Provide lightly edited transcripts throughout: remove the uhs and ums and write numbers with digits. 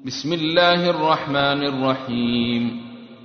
بسم الله الرحمن الرحيم.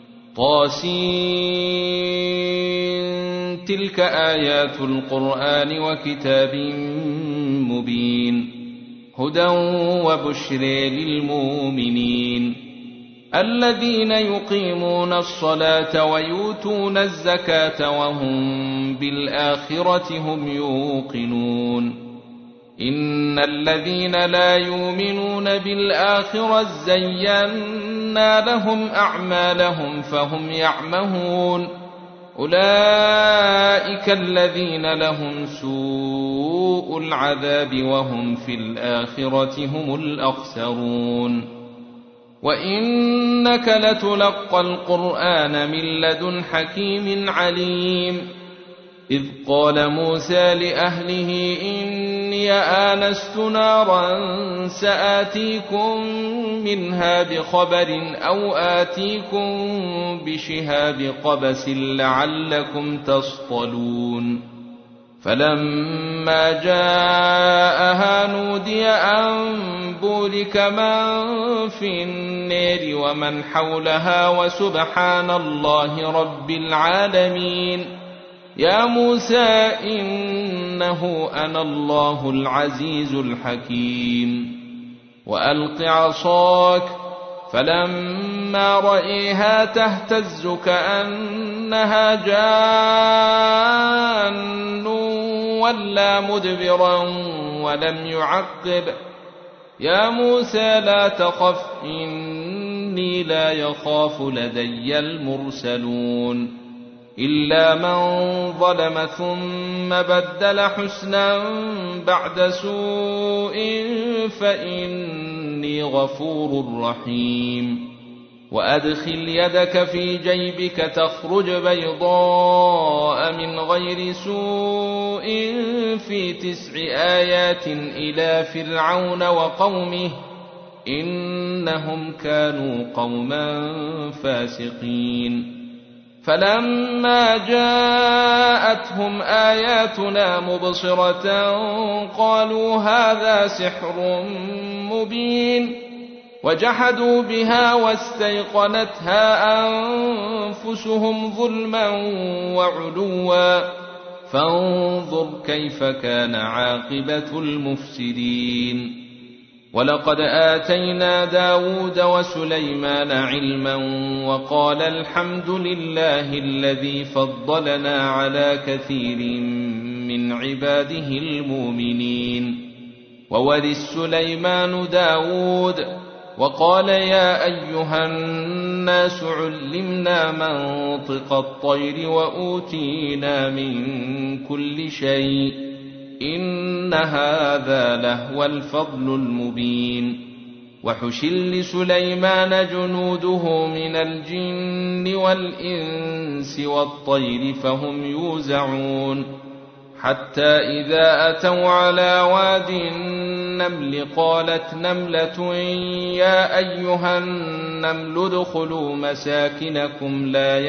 طاسين. تلك آيات القرآن وكتاب مبين هدى وبشر للمؤمنين الذين يقيمون الصلاة ويؤتون الزكاة وهم بالآخرة هم يوقنون. إن الذين لا يؤمنون بالآخرة زينا لهم أعمالهم فهم يعمهون. أولئك الذين لهم سوء العذاب وهم في الآخرة هم الأخسرون. وإنك لتلقى القرآن من لدن حكيم عليم. إذ قال موسى لأهله إني آنست نارا سآتيكم منها بخبر أو آتيكم بشهاب قبس لعلكم تصطلون. فلما جاءها نودي أن بورك من في النار ومن حولها وسبحان الله رب العالمين. يا موسى إنه أنا الله العزيز الحكيم. وألق عصاك فلما رأيها تهتز كأنها جان ولا مدبرا ولم يعقب. يا موسى لا تخف إني لا يخاف لدي المرسلون. إلا من ظلم ثم بدل حسنا بعد سوء فإني غفور رحيم. وأدخل يدك في جيبك تخرج بيضاء من غير سوء في 9 آيات إلى فرعون وقومه إنهم كانوا قوما فاسقين. فلما جاءتهم آياتنا مبصرة قالوا هذا سحر مبين. وجحدوا بها واستيقنتها أنفسهم ظلما وعلوا فانظر كيف كان عاقبة المفسدين. ولقد آتينا داود وسليمان علما وقال الحمد لله الذي فضلنا على كثير من عباده المؤمنين. وورث سليمان داود وقال يا أيها الناس علمنا منطق الطير وأوتينا من كل شيء إن هذا لهو الفضل المبين. وحشر لسليمان جنوده من الجن والإنس والطير فهم يوزعون. حتى إذا أتوا على واد النمل قالت نملة يا أيها النمل ادخلوا مساكنكم لا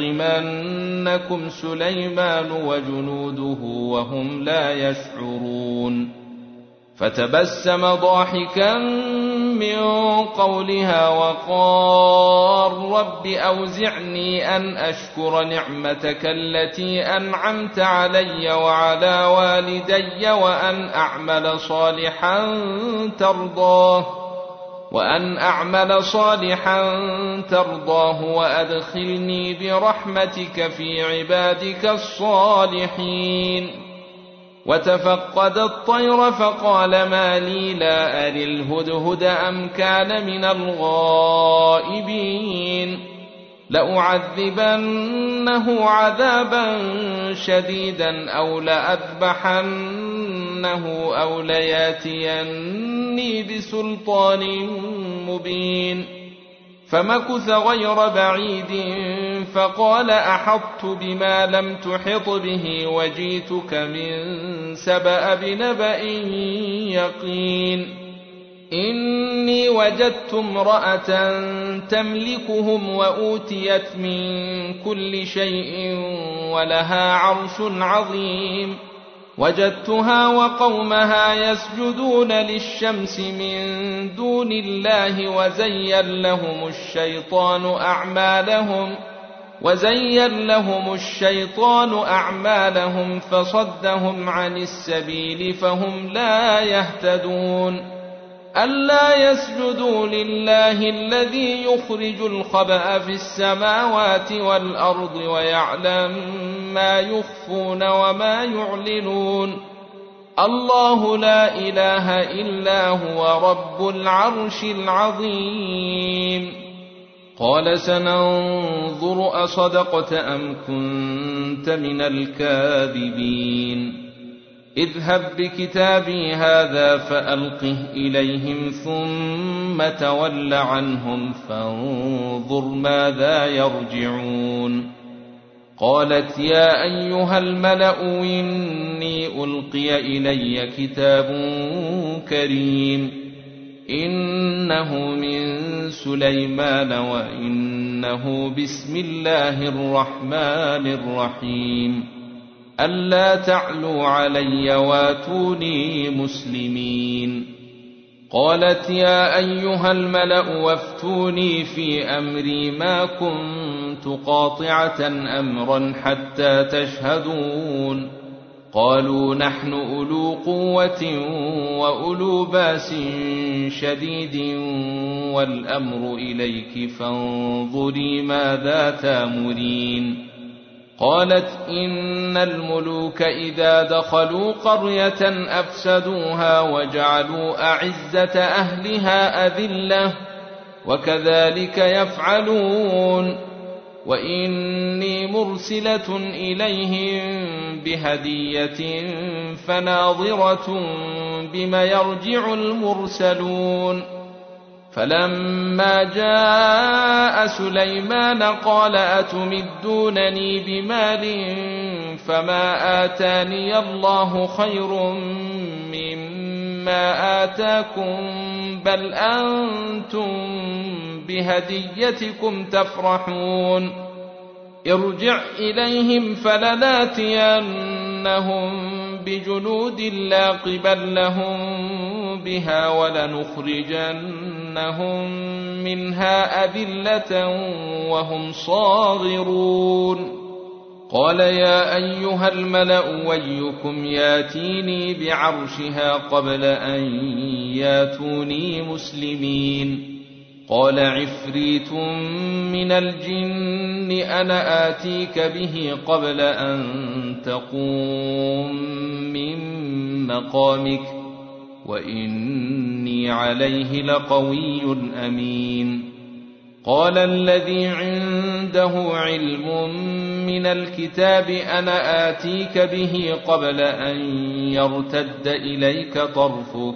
يحطمنكم سليمان وجنوده وهم لا يشعرون. فتبسم ضاحكا من قولها وقال رب أوزعني أن أشكر نعمتك التي أنعمت علي وعلى والدي وأن أعمل صالحا ترضاه وأدخلني برحمتك في عبادك الصالحين. وتفقد الطير فقال ما لي لا أري الهدهد أم كان من الغائبين. لأعذبنه عذابا شديدا أو لأذبحنه أو لياتيني بسلطان مبين. فمكث غير بعيد فقال أحطت بما لم تحط به وجئتك من سبأ بنبأ يقين. إني وجدت امرأة تملكهم وأوتيت من كل شيء ولها عرش عظيم. وجدتها وقومها يسجدون للشمس من دون الله وزين لهم الشيطان أعمالهم فصدهم عن السبيل فهم لا يهتدون ألا يسجدوا لله الذي يخرج الخبأ في السماوات والأرض ويعلم ما يخفون وما يعلنون الله لا إله إلا هو رب العرش العظيم قال سننظر أصدقت أم كنت من الكاذبين اذهب بكتابي هذا فألقه إليهم ثم تول عنهم فانظر ماذا يرجعون قالت يا أيها الملأ إني ألقي إلي كتاب كريم إنه من سليمان وإنه بسم الله الرحمن الرحيم ألا تعلوا علي واتوني مسلمين قالت يا أيها الملأ وافتوني في أمري ما كنت قاطعة أمرا حتى تشهدون قالوا نحن أولو قوة وأولو باس شديد والأمر إليك فانظري ماذا تأمرين قالت إن الملوك إذا دخلوا قرية أفسدوها وجعلوا أعزة أهلها أذلة وكذلك يفعلون وإني مرسلة إليهم بهدية فناظرة بما يرجع المرسلون فلما جاء سليمان قال أتمدونني بمال فما آتاني الله خير مما آتاكم بل أنتم بهديتكم تفرحون ارجع إليهم فلناتينهم بجنود لا قبل لهم بها ولنخرجنهم منها أذلة وهم صاغرون قال يا أيها الملأ ويكم ياتيني بعرشها قبل أن ياتوني مسلمين قال عفريت من الجن أنا آتيك به قبل أن تقوم من مقامك وإني عليه لقوي أمين قال الذي عنده علم من الكتاب أنا آتيك به قبل أن يرتد إليك طرفك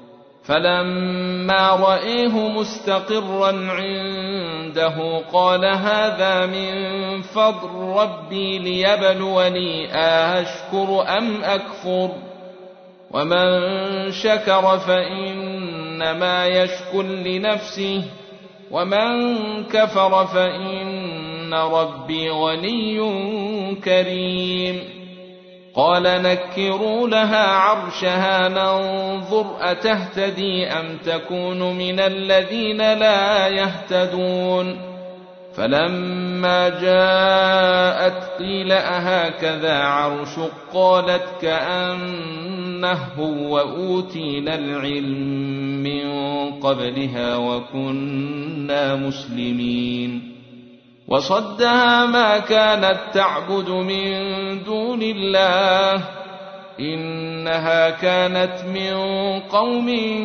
فلما رأيه مستقرا عنده قال هذا من فضل ربي ليبلوني أشكر أم أكفر ومن شكر فإنما يشكر لنفسه ومن كفر فإن ربي غني كريم قال نكروا لها عرشها ننظر أتهتدي أم تكون من الذين لا يهتدون فلما جاءت قيل أهكذا عرشك قالت كأنه وأوتينا العلم من قبلها وكنا مسلمين وصدها ما كانت تعبد من دون الله إنها كانت من قوم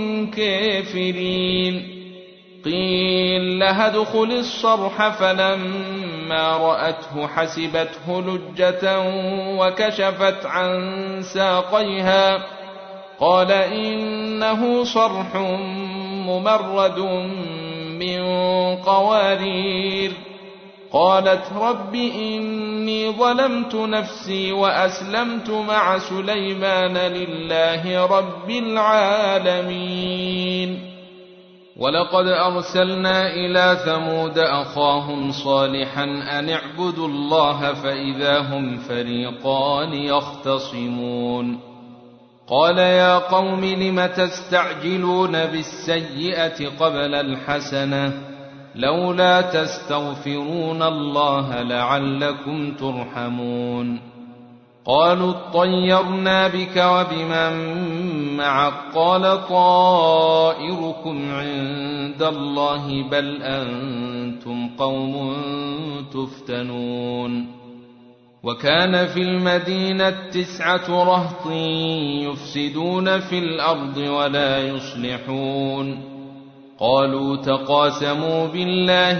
كافرين قيل لها ادخل الصرح فلما رأته حسبته لجة وكشفت عن ساقيها قال إنه صرح ممرد من قوارير قالت رب إني ظلمت نفسي وأسلمت مع سليمان لله رب العالمين ولقد أرسلنا إلى ثمود أخاهم صالحا أن اعبدوا الله فإذا هم فريقان يختصمون قال يا قوم لم تستعجلون بالسيئة قبل الحسنة لولا تستغفرون الله لعلكم ترحمون قالوا اطيرنا بك وبمن معك قال طائركم عند الله بل أنتم قوم تفتنون وكان في المدينة 9 رهط يفسدون في الأرض ولا يصلحون قالوا تقاسموا بالله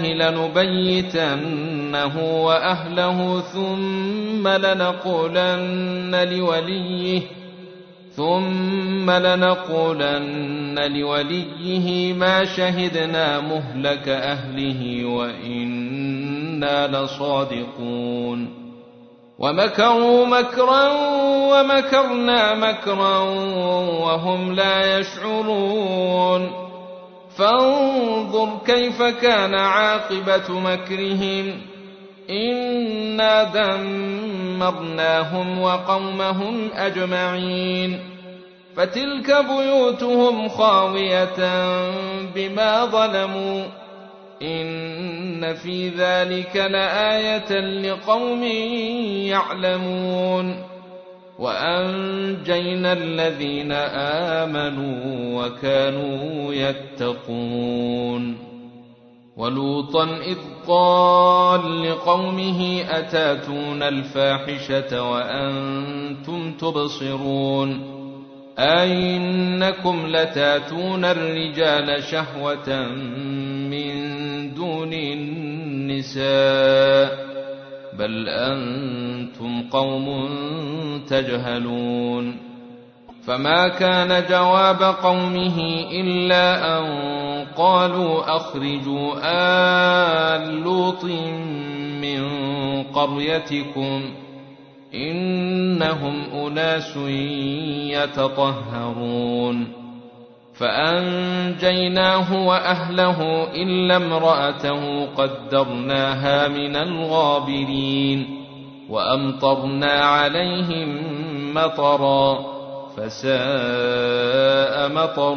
لنبيتنه وأهله ثم لنقولن لوليه ما شهدنا مهلك أهله وإنا لصادقون ومكروا مكرا ومكرنا مكرا وهم لا يشعرون فانظر كيف كان عاقبة مكرهم إنا دمرناهم وقومهم أجمعين فتلك بيوتهم خاوية بما ظلموا إن في ذلك لآية لقوم يعلمون وأنجينا الذين آمنوا وكانوا يتقون ولوطا إذ قال لقومه أتاتون الفاحشة وأنتم تبصرون أئنكم لتاتون الرجال شهوة من دون النساء بل أنتم قوم تجهلون فما كان جواب قومه إلا أن قالوا أخرجوا آل لوط من قريتكم إنهم أناس يتطهرون فأنجيناه وأهله إلا امرأته قدرناها من الغابرين وأمطرنا عليهم مطرا فساء مطر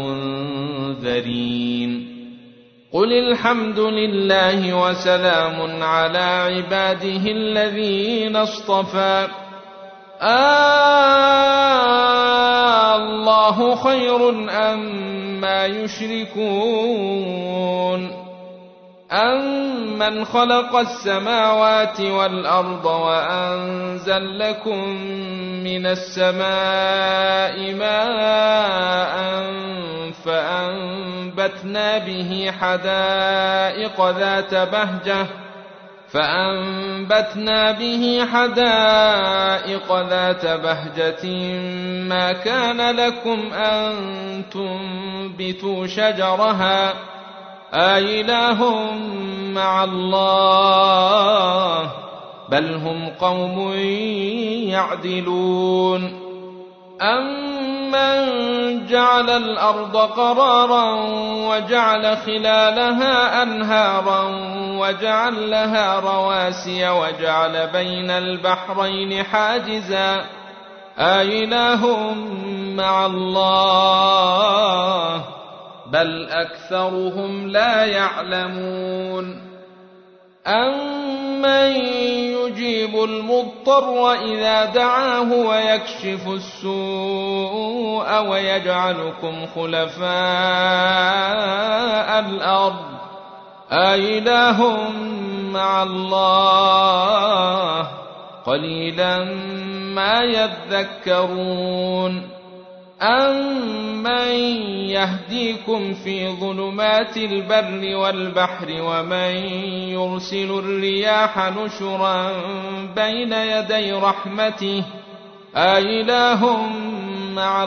المنذرين قل الحمد لله وسلام على عباده الذين اصطفى الله خير أما يشركون أمن خلق السماوات والأرض وأنزل لكم من السماء ماء فأنبتنا به حدائق ذات بهجة ما كان لكم أن تنبتوا شجرها أإله مع الله بل هم قوم يعدلون أمن جعل الأرض قرارا وجعل خلالها أنهارا وجعل لها رواسي وجعل بين البحرين حاجزا أإله مع الله بل أكثرهم لا يعلمون أمن يجيب المضطر إذا دعاه ويكشف السوء ويجعلكم خلفاء الأرض أإله مع الله قليلا ما يذكرون أمن يهديكم في ظلمات البر والبحر ومن يرسل الرياح نشرا بين يدي رحمته أإله مع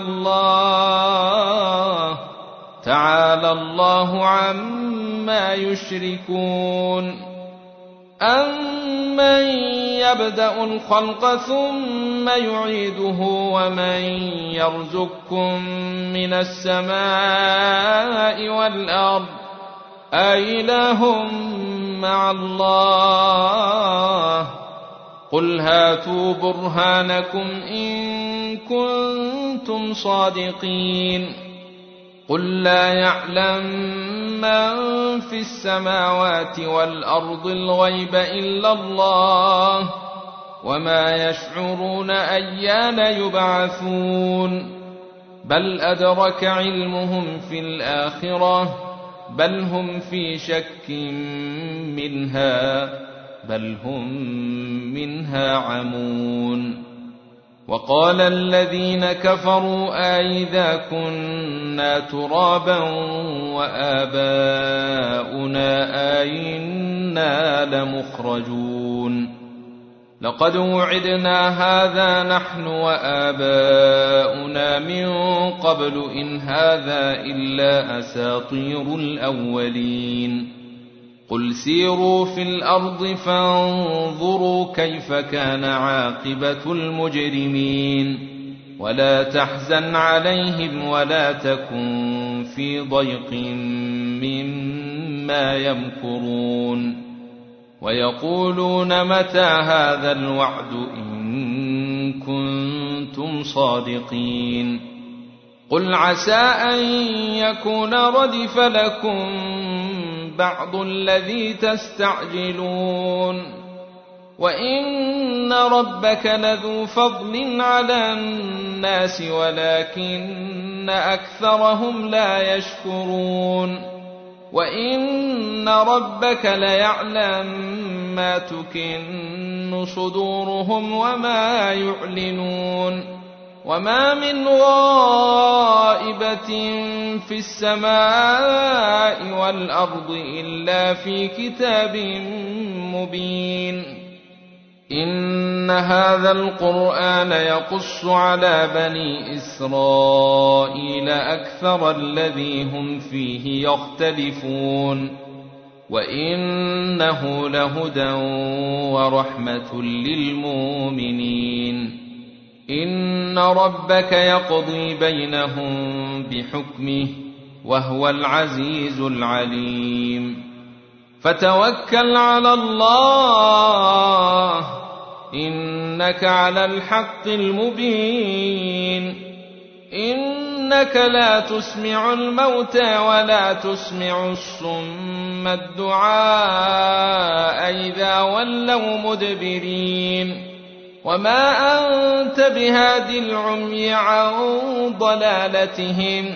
الله تعالى الله عما يشركون أَمَّن يَبْدَأُ الْخَلْقَ ثُمَّ يُعِيدُهُ وَمَن يَرْزُقكُّم مِّنَ السَّمَاءِ وَالْأَرْضِ أَإِلَٰهٌ مَّعَ اللَّهِ قُلْ هَاتُوا بُرْهَانَكُمْ إِن كُنتُمْ صَادِقِينَ قُل لَّا يَعْلَمُ مَن فِي السَّمَاوَاتِ وَالْأَرْضِ الْغَيْبَ إِلَّا اللَّهُ وَمَا يَشْعُرُونَ أَيَّانَ يُبْعَثُونَ بَلْ أَدْرَكَ عِلْمُهُمْ فِي الْآخِرَةِ بَلْ هُمْ في شَكٍّ مِّنْهَا بَلْ هُمْ مِنْهَا عَمُونَ وَقَالَ الَّذِينَ كَفَرُوا أَإِذَا كُنَّا تُرَابًا وَآبَاؤُنَا أَإِنَّا لَمُخْرَجُونَ لَقَدْ وُعِدْنَا هَٰذَا نَحْنُ وَآبَاؤُنَا مِن قَبْلُ إِنْ هَٰذَا إِلَّا أَسَاطِيرُ الْأَوَّلِينَ قُلْ سِيرُوا فِي الْأَرْضِ فَانظُرُوا كَيْفَ كَانَ عَاقِبَةُ الْمُجْرِمِينَ وَلَا تَحْزَنْ عَلَيْهِمْ وَلَا تَكُن فِي ضَيْقٍ مِّمَّا يَمْكُرُونَ وَيَقُولُونَ مَتَىٰ هَٰذَا الْوَعْدُ إِن كُنتُمْ صَادِقِينَ قُلْ عَسَىٰ أَن يَكُونَ رَدِفَ لَكُم بَعْضُ الَّذِي تَسْتَعْجِلُونَ وَإِنَّ رَبَّكَ لَذُو فَضْلٍ عَلَى النَّاسِ وَلَٰكِنَّ أَكْثَرَهُمْ لَا يَشْكُرُونَ وَإِنَّ رَبَّكَ لَيَعْلَمُ مَا تُكِنُّ صُدُورُهُمْ وَمَا يُعْلِنُونَ وَمَا مِنْ غَائِبَةٍ فِي السَّمَاءِ وَالْأَرْضِ إِلَّا في كِتَابٍ مُّبِينٍ إِنَّ هَٰذَا الْقُرْآنَ يَقُصُّ عَلَىٰ بَنِي إِسْرَائِيلَ أَكْثَرَ الَّذِي هُمْ فِيهِ يَخْتَلِفُونَ وَإِنَّهُ لَهُدًى وَرَحْمَةٌ لِّلْمُؤْمِنِينَ إِنَّ رَبَّكَ يَقْضِي بَيْنَهُم بِحُكْمِهِ وَهُوَ الْعَزِيزُ الْعَلِيمُ فَتَوَكَّلْ عَلَى اللَّهِ إِنَّكَ عَلَى الْحَقِّ الْمُبِينِ إِنَّكَ لا تسمع الموتى ولا تسمع الصم الدعاء إذا ولوا مدبرين وما أنت بهاد العمي عن ضلالتهم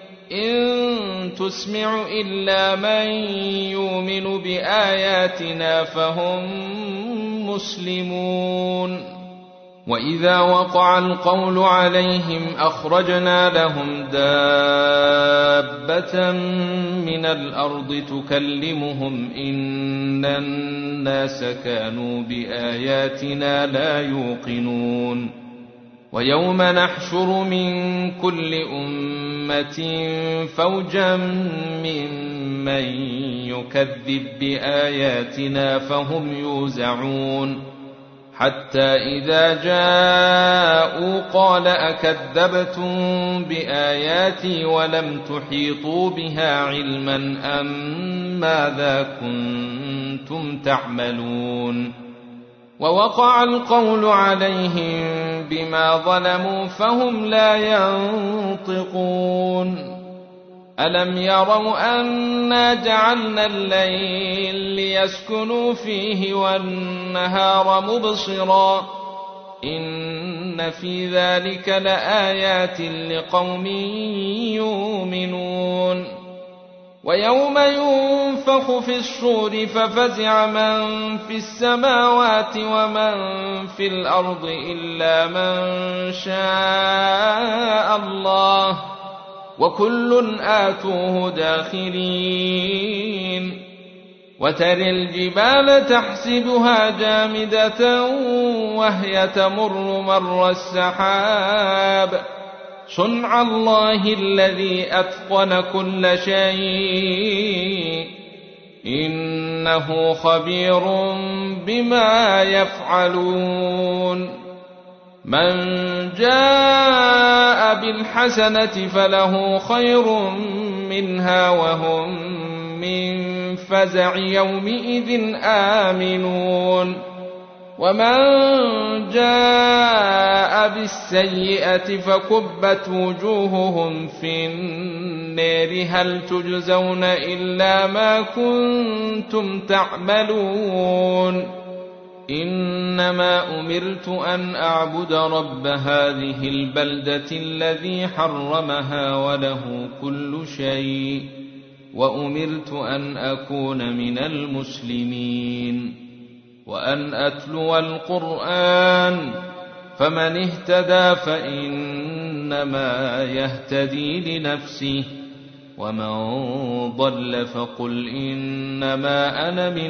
إن تسمع إلا من يؤمن بآياتنا فهم مسلمون وإذا وقع القول عليهم أخرجنا لهم دابة من الأرض تكلمهم إن الناس كانوا بآياتنا لا يوقنون ويوم نحشر من كل أمة فوجا ممن يكذب بآياتنا فهم يوزعون حتى إذا جاءوا قال أكذبتم بآياتي ولم تحيطوا بها علما أم ماذا كنتم تعملون ووقع القول عليهم بما ظلموا فهم لا ينطقون ألم يروا أنا جعلنا الليل ليسكنوا فيه والنهار مبصرا إن في ذلك لآيات لقوم يؤمنون ويوم ينفخ في الصور ففزع من في السماوات ومن في الأرض إلا من شاء الله وكل آتوه داخرين وترى الجبال تحسبها جامدة وهي تمر مر السحاب صنع الله الذي أتقن كل شيء إن إنه خبير بما يفعلون من جاء بالحسنة فله خير منها وهم من فزع يومئذ آمنون ومن جاء بالسيئة فكبت وجوههم في النار هل تجزون إلا ما كنتم تعملون إنما أمرت أن أعبد رب هذه البلدة الذي حرمها وله كل شيء وأمرت أن أكون من المسلمين وأن أتلو القرآن فمن اهتدى فإنما يهتدي لنفسه ومن ضل فقل إنما أنا من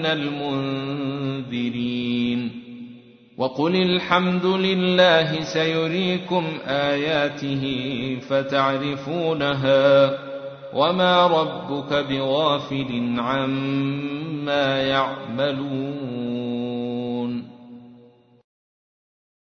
المنذرين وقل الحمد لله سيريكم آياته فتعرفونها وما ربك بغافل عما يعملون